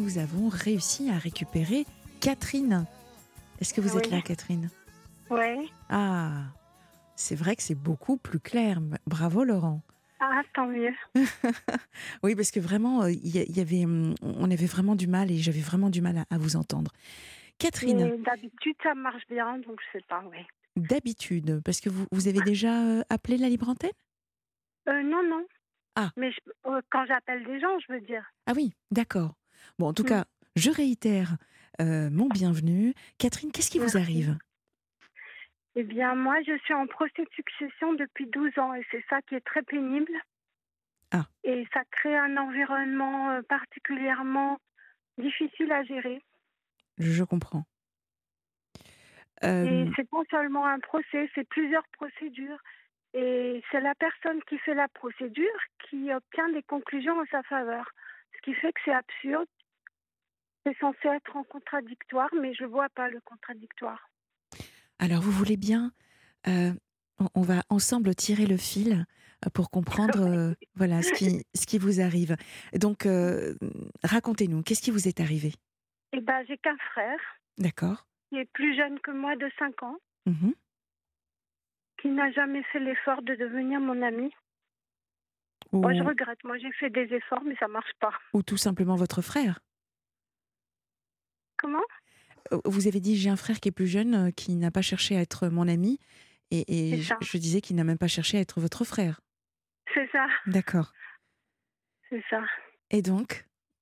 nous avons réussi à récupérer Catherine. Est-ce que vous êtes là, Catherine ? Oui. Ah, c'est vrai que c'est beaucoup plus clair. Bravo, Laurent. Ah, tant mieux. Oui, parce que vraiment, on avait vraiment du mal et j'avais vraiment du mal à vous entendre. Catherine. Mais d'habitude, ça marche bien, donc je sais pas, oui. D'habitude, parce que vous avez déjà appelé la libre antenne ? Non, non. Ah. Mais quand j'appelle des gens, je veux dire. Ah oui, d'accord. Bon, en tout cas, je réitère mon bienvenue. Catherine, qu'est-ce qui vous arrive ? Eh bien, moi, je suis en procès de succession depuis 12 ans et c'est ça qui est très pénible. Ah. Et ça crée un environnement particulièrement difficile à gérer. Je comprends. Et c'est pas seulement un procès, c'est plusieurs procédures. Et c'est la personne qui fait la procédure qui obtient des conclusions en sa faveur. Ce qui fait que c'est absurde. C'est censé être en contradictoire, mais je ne vois pas le contradictoire. Alors, vous voulez bien on va ensemble tirer le fil pour comprendre voilà, ce qui vous arrive. Donc, racontez-nous, qu'est-ce qui vous est arrivé ? Eh bien, j'ai qu'un frère. D'accord. Qui est plus jeune que moi de 5 ans. Mmh. Qui n'a jamais fait l'effort de devenir mon ami. Moi, je regrette. Moi, j'ai fait des efforts, mais ça ne marche pas. Ou tout simplement votre frère ? Comment ? Vous avez dit, j'ai un frère qui est plus jeune, qui n'a pas cherché à être mon ami, et je disais qu'il n'a même pas cherché à être votre frère. C'est ça. D'accord. C'est ça. Et donc ?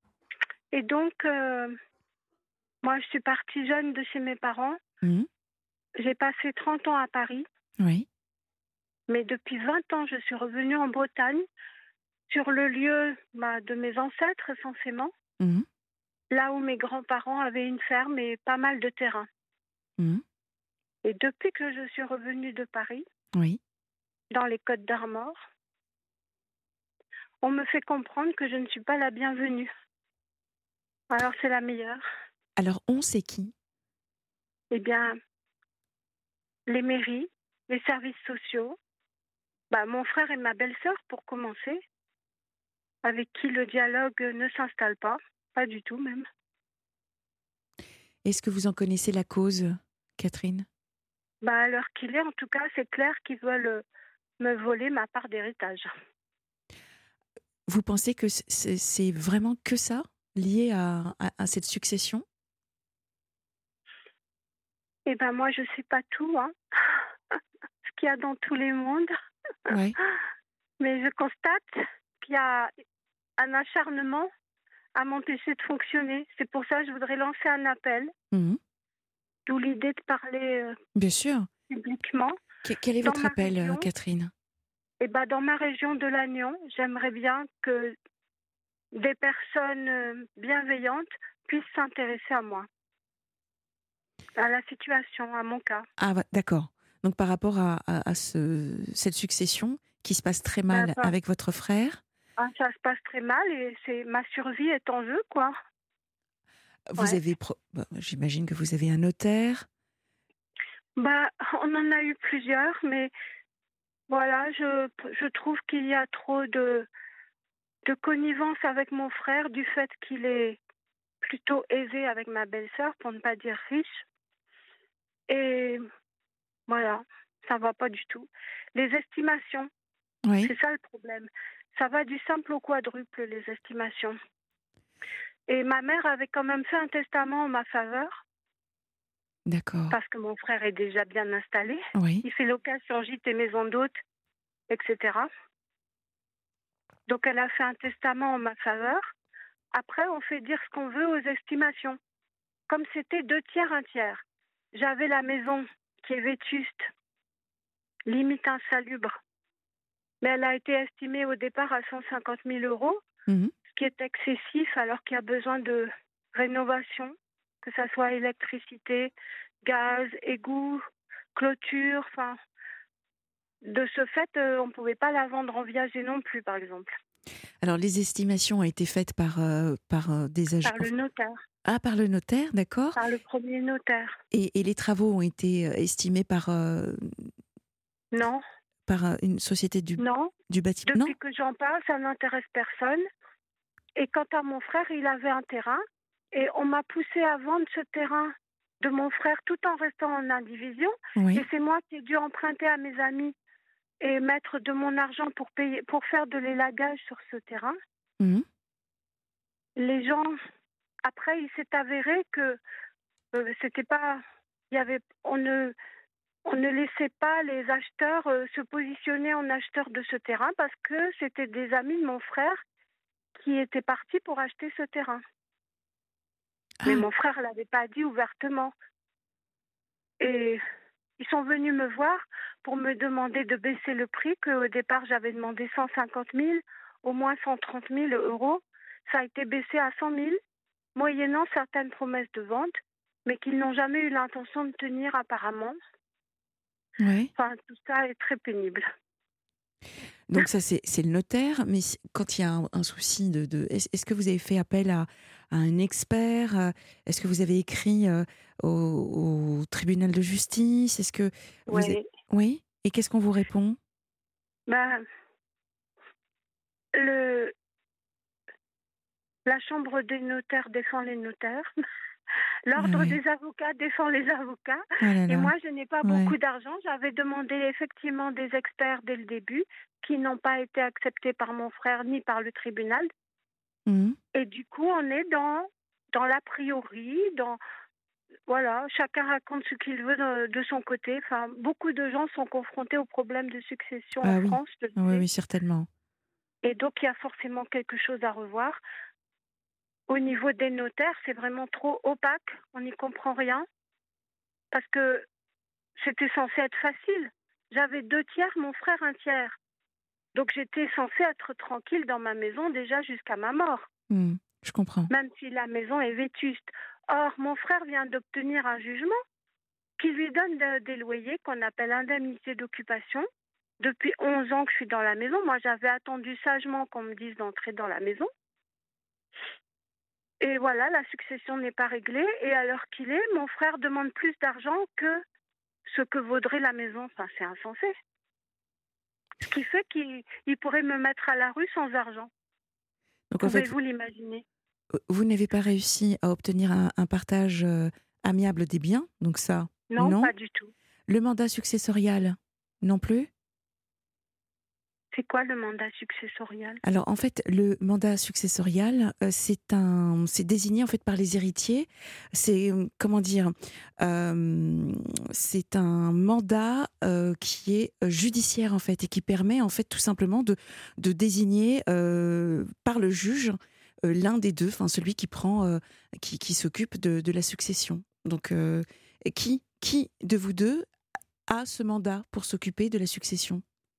Moi, je suis partie jeune de chez mes parents. Mmh. J'ai passé 30 ans à Paris. Oui. Mais depuis 20 ans, je suis revenue en Bretagne, sur le lieu de mes ancêtres, essentiellement. Mmh. Là où mes grands-parents avaient une ferme et pas mal de terrain. Mmh. Et depuis que je suis revenue de Paris, oui. dans les Côtes d'Armor, on me fait comprendre que je ne suis pas la bienvenue. Alors c'est la meilleure. Alors on, c'est qui ? Eh bien, les mairies, les services sociaux, mon frère et ma belle-sœur pour commencer, avec qui le dialogue ne s'installe pas du tout même. Est-ce que vous en connaissez la cause, Catherine ? À l'heure qu'il est, en tout cas, c'est clair qu'ils veulent me voler ma part d'héritage. Vous pensez que c'est vraiment que ça, lié à cette succession ? Eh bien, moi, je ne sais pas tout, ce qu'il y a dans tous les mondes. Ouais. Mais je constate qu'il y a un acharnement à m'empêcher de fonctionner. C'est pour ça que je voudrais lancer un appel. Mmh. D'où l'idée de parler Bien sûr. Publiquement. Quel est votre appel, Catherine ? Dans ma région de Lannion, j'aimerais bien que des personnes bienveillantes puissent s'intéresser à moi, à la situation, à mon cas. Ah, d'accord. Donc par rapport à cette succession qui se passe très mal avec votre frère. Ça se passe très mal et ma survie est en jeu, quoi. Vous avez, j'imagine que vous avez un notaire. On en a eu plusieurs, mais voilà, je trouve qu'il y a trop de connivence avec mon frère du fait qu'il est plutôt aisé avec ma belle-sœur, pour ne pas dire riche. Et voilà, ça va pas du tout. Les estimations, c'est ça le problème. Ça va du simple au quadruple, les estimations. Et ma mère avait quand même fait un testament en ma faveur. D'accord. Parce que mon frère est déjà bien installé. Oui. Il fait location gîte et maison d'hôte, etc. Donc elle a fait un testament en ma faveur. Après, on fait dire ce qu'on veut aux estimations. Comme c'était 2 tiers, 1 tiers. J'avais la maison qui est vétuste, limite insalubre. Mais elle a été estimée au départ à 150 000 €, ce qui est excessif alors qu'il y a besoin de rénovation, que ce soit électricité, gaz, égout, clôture. De ce fait, on ne pouvait pas la vendre en viager non plus, par exemple. Alors, les estimations ont été faites par des agents. Par le notaire. Ah, par le notaire, d'accord. Par le premier notaire. Et les travaux ont été estimés par... Non. Par une société du bâtiment. Depuis que j'en parle, ça n'intéresse personne. Et quant à mon frère, il avait un terrain Et on m'a poussé à vendre ce terrain de mon frère tout en restant en indivision. Et Oui. c'est moi qui ai dû emprunter à mes amis et mettre de mon argent pour payer, pour faire de l'élagage sur ce terrain. Mmh. Les gens, après, il s'est avéré que c'était pas, il y avait, on ne laissait pas les acheteurs se positionner en acheteurs de ce terrain parce que c'était des amis de mon frère qui étaient partis pour acheter ce terrain. Mais Ah! mon frère l'avait pas dit ouvertement. Et ils sont venus me voir pour me demander de baisser le prix, qu'au départ j'avais demandé 150 000, au moins 130 000 euros. Ça a été baissé à 100 000, moyennant certaines promesses de vente, mais qu'ils n'ont jamais eu l'intention de tenir apparemment. Ouais. Enfin, tout ça est très pénible. Donc ça, c'est le notaire, mais quand il y a un souci est-ce que vous avez fait appel à un expert? Est-ce que vous avez écrit au tribunal de justice? Est-ce que vous êtes... Oui. Oui? Et qu'est-ce qu'on vous répond? Ben, le, la chambre des notaires défend les notaires. Ah L'ordre oui. des avocats défend les avocats. Ah là Et là. moi, je n'ai pas Ouais. beaucoup d'argent. J'avais demandé effectivement des experts dès le début qui n'ont pas été acceptés par mon frère ni par le tribunal. Mmh. Et du coup, on est dans l'a priori, voilà, chacun raconte ce qu'il veut de son côté. Enfin, beaucoup de gens sont confrontés aux problèmes de succession en Ah oui. France, je le Ah oui, sais. oui, certainement. Et donc, il y a forcément quelque chose à revoir. Au niveau des notaires, c'est vraiment trop opaque. On n'y comprend rien. Parce que c'était censé être facile. J'avais 2 tiers, mon frère 1 tiers. Donc j'étais censée être tranquille dans ma maison déjà jusqu'à ma mort, Mmh. Je comprends. même si la maison est vétuste. Or, mon frère vient d'obtenir un jugement qui lui donne des loyers qu'on appelle indemnité d'occupation. Depuis 11 ans que je suis dans la maison, moi j'avais attendu sagement qu'on me dise d'entrer dans la maison. Et voilà, la succession n'est pas réglée. Et à l'heure qu'il est, mon frère demande plus d'argent que ce que vaudrait la maison. Enfin, c'est insensé. Ce qui fait qu'il pourrait me mettre à la rue sans argent. Donc en fait, Pouvez-vous l'imaginer? vous n'avez pas réussi à obtenir un partage amiable des biens, donc ça, Non, non. pas du tout. Le mandat successorial, non plus. C'est quoi le mandat successorial? Alors en fait, le mandat successorial, c'est désigné en fait par les héritiers. C'est comment dire, c'est un mandat qui est judiciaire en fait et qui permet en fait tout simplement de désigner par le juge l'un des deux, enfin celui qui prend, qui s'occupe de la succession. Donc qui de vous deux a ce mandat pour s'occuper de la succession?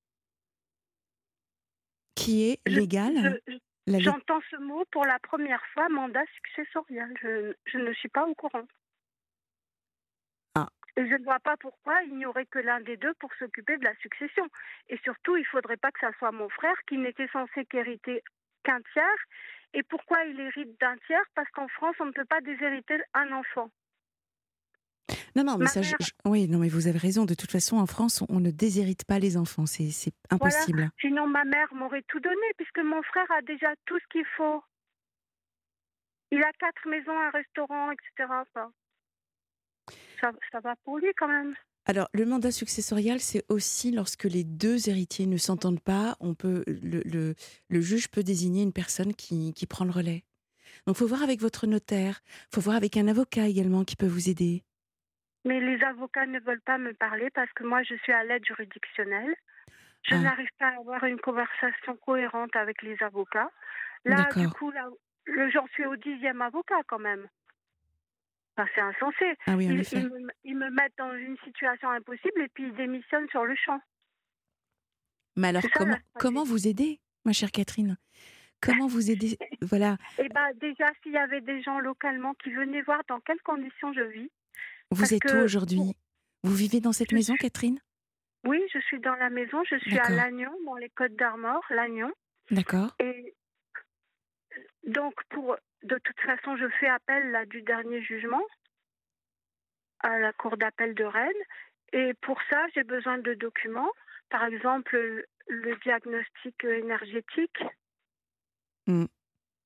Qui est Je, légal? je- La lég J'entends ce mot pour la première fois, mandat successorial. Je ne suis pas au courant. ah, Et je ne vois pas pourquoi il n'y aurait que l'un des deux pour s'occuper de la succession. Et surtout, il ne faudrait pas que ça soit mon frère qui n'était censé qu'hériter qu'un tiers. Et pourquoi il hérite d'un tiers? Parce qu'en France, on ne peut pas déshériter un enfant. non, non, mais Ma ça, mère, oui, non, mais vous avez raison. De toute façon, en France, on ne déshérite pas les enfants. C'est voilà, impossible. sinon ma mère m'aurait tout donné, puisque mon frère a déjà tout ce qu'il faut. Il a 4 maisons, un restaurant, etc. Enfin, ça va pour lui quand même. Alors, le mandat successorial, c'est aussi lorsque les deux héritiers ne s'entendent pas, le juge peut désigner une personne qui prend le relais. Donc, il faut voir avec votre notaire. Il faut voir avec un avocat également qui peut vous aider. Mais les avocats ne veulent pas me parler parce que moi, je suis à l'aide juridictionnelle. Je Ah, n'arrive pas à avoir une conversation cohérente avec les avocats. Là, du d'accord. coup, j'en suis au 10e avocat quand même. Enfin, c'est insensé. Ah oui, en Ils, effet. ils me, ils me mettent dans une situation impossible et puis ils démissionnent sur le champ. Mais alors, C'est ça la comment stratégie. vous aider, ma chère Catherine? Comment vous aider? Voilà. Et bien, déjà, s'il y avait des gens localement qui venaient voir dans quelles conditions je vis, Vous parce êtes où que aujourd'hui? Vous vivez dans cette je maison, suis, Catherine? oui, je suis dans la maison, je suis à D'accord. Lannion, dans les Côtes d'Armor, Lannion. D'accord. Et donc, de toute façon, je fais appel là, du dernier jugement à la Cour d'appel de Rennes. Et pour ça, j'ai besoin de documents. Par exemple, le diagnostic énergétique. Mmh.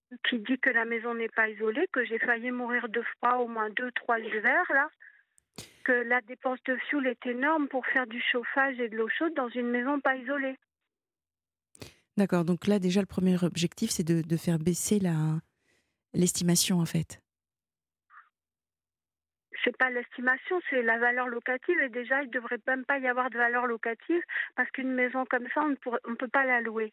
qui dit que la maison n'est pas isolée, que j'ai failli mourir de froid au moins 2, 3 hivers, là, que la dépense de fioul est énorme pour faire du chauffage et de l'eau chaude dans une maison pas isolée. D'accord, donc là déjà le premier objectif c'est de faire baisser l'estimation en fait. C'est pas l'estimation, c'est la valeur locative. Et déjà, il ne devrait même pas y avoir de valeur locative parce qu'une maison comme ça, on ne peut pas la louer.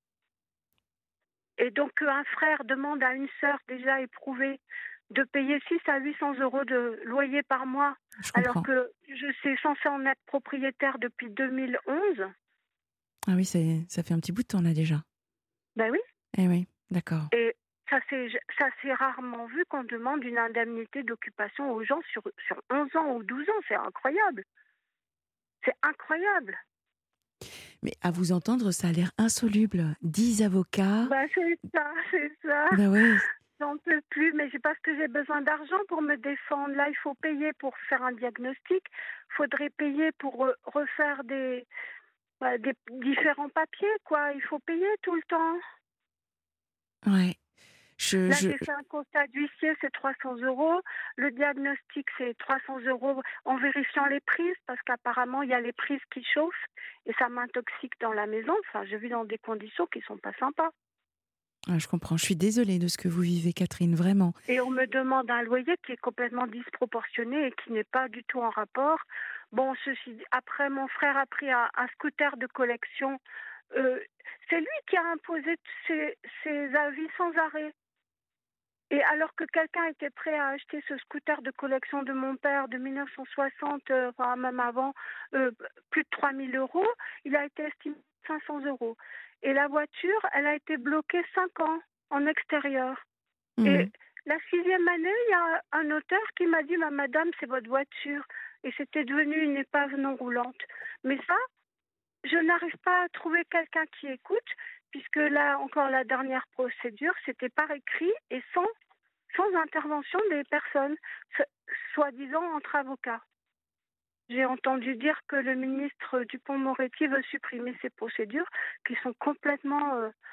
Et donc, qu'un frère demande à une sœur déjà éprouvée de payer 600 à 800 euros de loyer par mois, Je alors comprends. que je suis censée en être propriétaire depuis 2011, Ah oui, ça fait un petit bout de temps là déjà. ben oui. Eh oui, d'accord. Et ça s'est rarement vu qu'on demande une indemnité d'occupation aux gens sur 11 ans ou 12 ans. C'est incroyable. C'est incroyable. Mais à vous entendre, ça a l'air insoluble. 10 avocats. Bah, c'est ça, c'est ça. Ben ouais, J'en peux plus, mais c'est parce que j'ai besoin d'argent pour me défendre. Là, il faut payer pour faire un diagnostic. Il faudrait payer pour refaire des différents papiers, quoi. Il faut payer tout le temps. ouais. Là, j'ai fait un constat d'huissier, c'est 300 euros. Le diagnostic, c'est 300 euros en vérifiant les prises, parce qu'apparemment, il y a les prises qui chauffent et ça m'intoxique dans la maison. Enfin, je vis dans des conditions qui sont pas sympas. Ah, je comprends. Je suis désolée de ce que vous vivez, Catherine, vraiment. Et on me demande un loyer qui est complètement disproportionné et qui n'est pas du tout en rapport. Bon, ceci dit, après, mon frère a pris un scooter de collection. Euh, c'est lui qui a imposé ses avis sans arrêt. Et alors que quelqu'un était prêt à acheter ce scooter de collection de mon père de 1960, enfin même avant, euh, plus de 3 000 euros, il a été estimé à 500 euros. Et la voiture, elle a été bloquée 5 ans en extérieur. Mhm. Et la 6e année, il y a un notaire qui m'a dit, Madame, c'est votre voiture. Et c'était devenu une épave non roulante. Mais ça, je n'arrive pas à trouver quelqu'un qui écoute, puisque là, encore la dernière procédure, c'était par écrit et sans intervention des personnes, soi-disant entre avocats. J'ai entendu dire que le ministre Dupond-Moretti veut supprimer ces procédures qui sont complètement...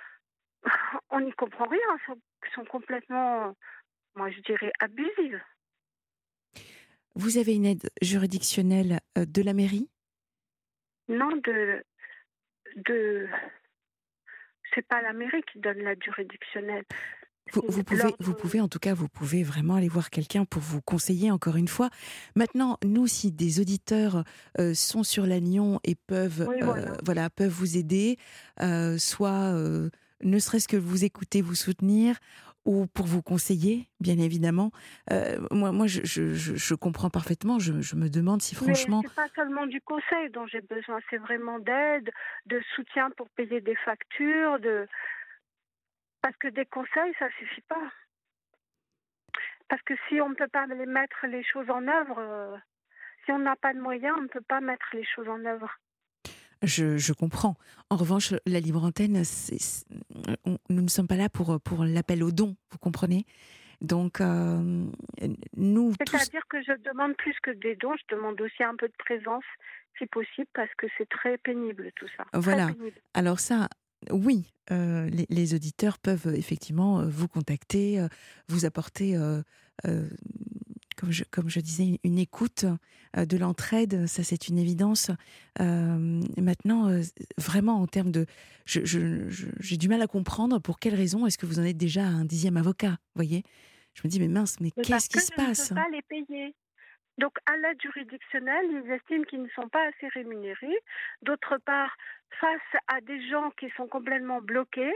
on n'y comprend rien, qui sont complètement, moi je dirais, abusives. Vous avez une aide juridictionnelle de la mairie? Non, c'est pas la mairie qui donne l'aide juridictionnelle. Vous pouvez, en tout cas, vous pouvez vraiment aller voir quelqu'un pour vous conseiller, encore une fois. Maintenant, nous, si des auditeurs sont sur Lannion et peuvent, Oui, voilà. voilà, peuvent vous aider, soit ne serait-ce que vous écouter, vous soutenir, ou pour vous conseiller, bien évidemment. Moi, je comprends parfaitement. Je me demande si, Mais franchement, c'est pas seulement du conseil dont j'ai besoin, c'est vraiment d'aide, de soutien pour payer des factures, parce que des conseils, ça suffit pas. Parce que si on ne peut pas mettre les choses en œuvre, si on n'a pas de moyens, on ne peut pas mettre les choses en œuvre. je comprends. En revanche, la libre antenne, nous ne sommes pas là pour l'appel aux dons, vous comprenez? Donc, nous tous, C'est-à-dire que je demande plus que des dons, je demande aussi un peu de présence, si possible, parce que c'est très pénible tout ça. Très voilà. pénible. Alors ça, oui, les auditeurs peuvent effectivement vous contacter, vous apporter, euh, comme je disais, une écoute, de l'entraide, ça c'est une évidence. Maintenant, vraiment en termes de... j'ai du mal à comprendre pour quelle raison est-ce que vous en êtes déjà à un 10e avocat, voyez? Je me dis, mais mince, mais Mais parce qu'est-ce qui que se je ne peux passe? pas les payer. Donc, à l'aide juridictionnelle, ils estiment qu'ils ne sont pas assez rémunérés. D'autre part, face à des gens qui sont complètement bloqués,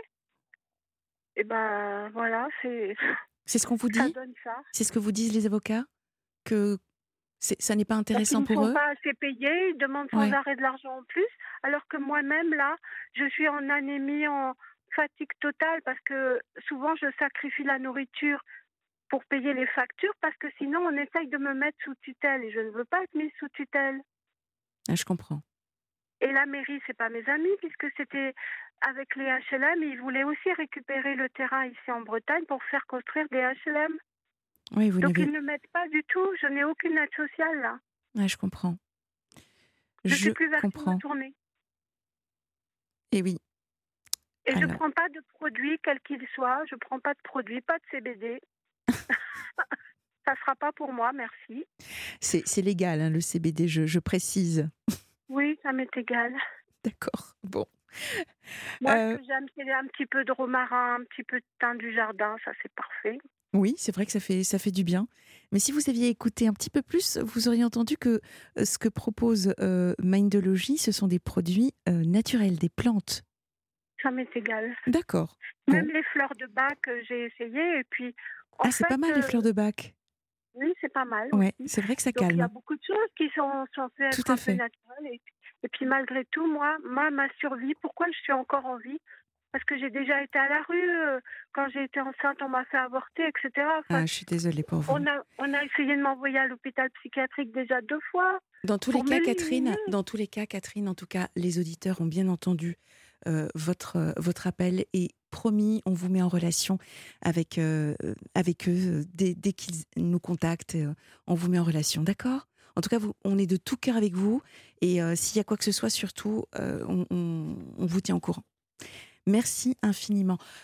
et ben voilà, C'est ce qu'on vous ça dit? donne ça. C'est ce que vous disent les avocats? Que ça n'est pas Parce qu'ils intéressant ne pour sont eux? pas assez payés, ils demandent sans Ouais. arrêt de l'argent en plus, alors que moi-même, là, je suis en anémie, en fatigue totale, parce que souvent, je sacrifie la nourriture pour payer les factures, parce que sinon, on essaye de me mettre sous tutelle, et je ne veux pas être mise sous tutelle. Ah, je comprends. Et la mairie, c'est pas mes amis, puisque c'était avec les HLM, ils voulaient aussi récupérer le terrain ici en Bretagne pour faire construire des HLM. Oui, vous Donc n'avez... ils ne m'aident pas du tout, je n'ai aucune aide sociale là. Ouais, je comprends. Je Je suis plus vers qui me comprends. tourner. Et oui. Et je Alors, prends pas de produits, quels qu'ils soient. Je prends pas de produits, pas de CBD. Ça sera pas pour moi, merci. c'est légal, hein, le CBD, je précise. Oui, ça m'est égal. D'accord, bon. Moi, ce Euh, que j'aime, c'est un petit peu de romarin, un petit peu de thym du jardin. Ça, c'est parfait. oui, c'est vrai que ça fait du bien. Mais si vous aviez écouté un petit peu plus, vous auriez entendu que ce que propose Mindology, ce sont des produits naturels, des plantes. Ça m'est égal. D'accord. Même Bon. les fleurs de bac, j'ai essayé. Et puis, en Ah, c'est pas fait, mal les fleurs de bac. oui, c'est pas mal Ouais, aussi. c'est vrai que ça Donc, il y a calme. beaucoup de choses qui sont censées Tout être à un peu fait. naturelles. Et puis, malgré tout, moi, ma survie, pourquoi je suis encore en vie? Parce que j'ai déjà été à la rue. Quand j'ai été enceinte, on m'a fait avorter, etc. Enfin, Ah, je suis désolée pour vous. on a essayé de m'envoyer à l'hôpital psychiatrique déjà 2 fois pour m'éliminer. Dans tous les cas, Catherine, en tout cas, les auditeurs ont bien entendu votre appel et promis, on vous met en relation avec eux dès qu'ils nous contactent. On vous met en relation, d'accord? En tout cas, on est de tout cœur avec vous et s'il y a quoi que ce soit, surtout, on vous tient au courant. Merci infiniment.